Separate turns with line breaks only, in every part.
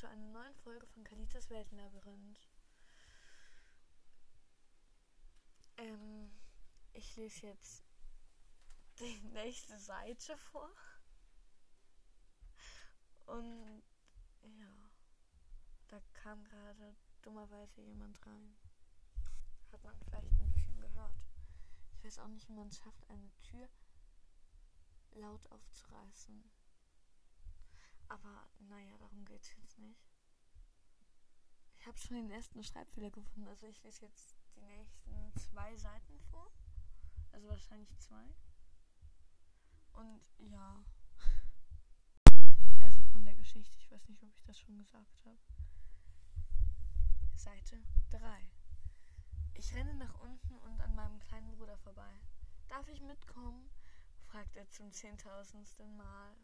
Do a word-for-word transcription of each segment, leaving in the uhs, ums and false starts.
zu einer neuen Folge von Kalitas Weltenlabyrinth. Ähm, ich lese jetzt die nächste Seite vor. Und ja, da kam gerade dummerweise jemand rein. Hat man vielleicht ein bisschen gehört. Ich weiß auch nicht, wie man es schafft, eine Tür laut aufzureißen. Aber naja, darum geht es jetzt nicht. Ich habe schon den ersten Schreibfehler gefunden. Also ich lese jetzt die nächsten zwei Seiten vor. Also wahrscheinlich zwei. Und ja. Also von der Geschichte. Ich weiß nicht, ob ich das schon gesagt habe. Seite drei. Ich renne nach unten und an meinem kleinen Bruder vorbei. Darf ich mitkommen? Fragt er zum zehntausendsten Mal.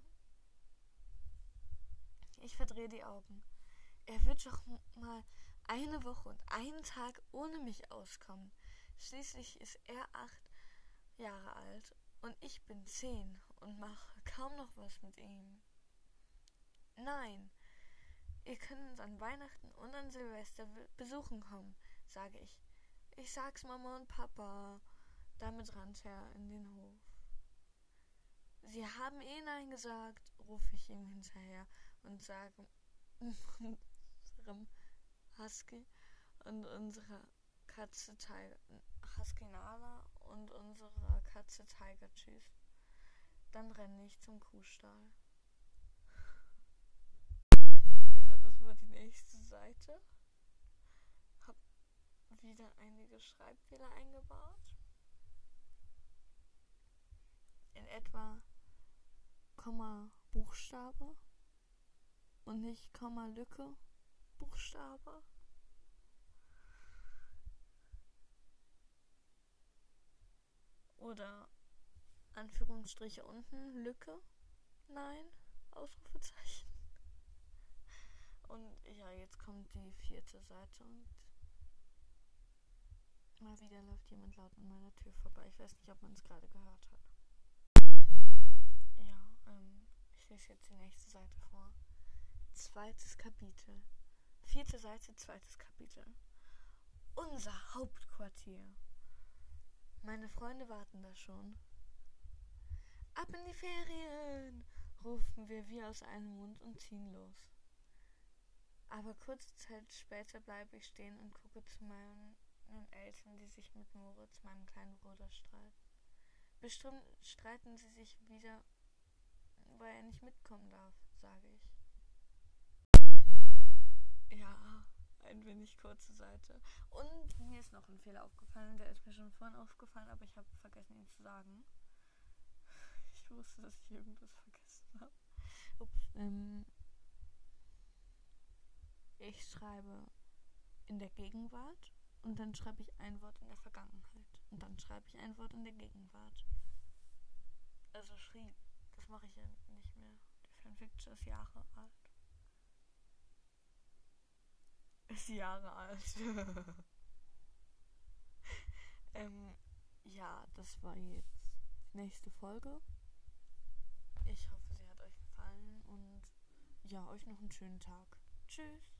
Ich verdrehe die Augen. Er wird doch mal eine Woche und einen Tag ohne mich auskommen. Schließlich ist er acht Jahre alt und ich bin zehn und mache kaum noch was mit ihm. Nein, ihr könnt uns an Weihnachten und an Silvester besuchen kommen, sage ich. Ich sag's Mama und Papa. Damit rannt er in den Hof. Sie haben eh Nein gesagt, rufe ich ihm hinterher und sage unserem Husky und unserer Katze Tiger, Husky Nala und unserer Katze Tiger tschüss. Dann renne ich zum Kuhstall. Ja, das war die nächste Seite. Hab wieder einige Schreibfehler eingebaut. In etwa Komma Buchstabe und nicht Komma Lücke Buchstabe. Oder Anführungsstriche unten Lücke. Nein, Ausrufezeichen. Und ja, jetzt kommt die vierte Seite und mal wieder läuft jemand laut an meiner Tür vorbei. Ich weiß nicht, ob man es gerade gehört hat. Ja, ähm, ich lese jetzt die nächste Seite vor. Zweites Kapitel. Vierte Seite, zweites Kapitel. Unser Hauptquartier. Meine Freunde warten da schon. Ab in die Ferien, rufen wir wie aus einem Mund und ziehen los. Aber kurze Zeit später bleibe ich stehen und gucke zu meinen Eltern, die sich mit Moritz, meinem kleinen Bruder, streiten. Bestimmt streiten sie sich wieder, weil er nicht mitkommen darf, sage ich. Ja, ein wenig kurze Seite. Und mir ist noch ein Fehler aufgefallen, der ist mir schon vorhin aufgefallen, aber ich habe vergessen, ihn zu sagen. Ich wusste, dass ich irgendwas vergessen habe. Ups, ähm, ich schreibe in der Gegenwart und dann schreibe ich ein Wort in der Vergangenheit. Und dann schreibe ich ein Wort in der Gegenwart. Also schrieb, das mache ich ja nicht mehr. Die Fanfiction ist Jahre alt. Ist Jahre alt. ähm, ja, das war jetzt die nächste Folge. Ich hoffe, sie hat euch gefallen und ja, euch noch einen schönen Tag. Tschüss.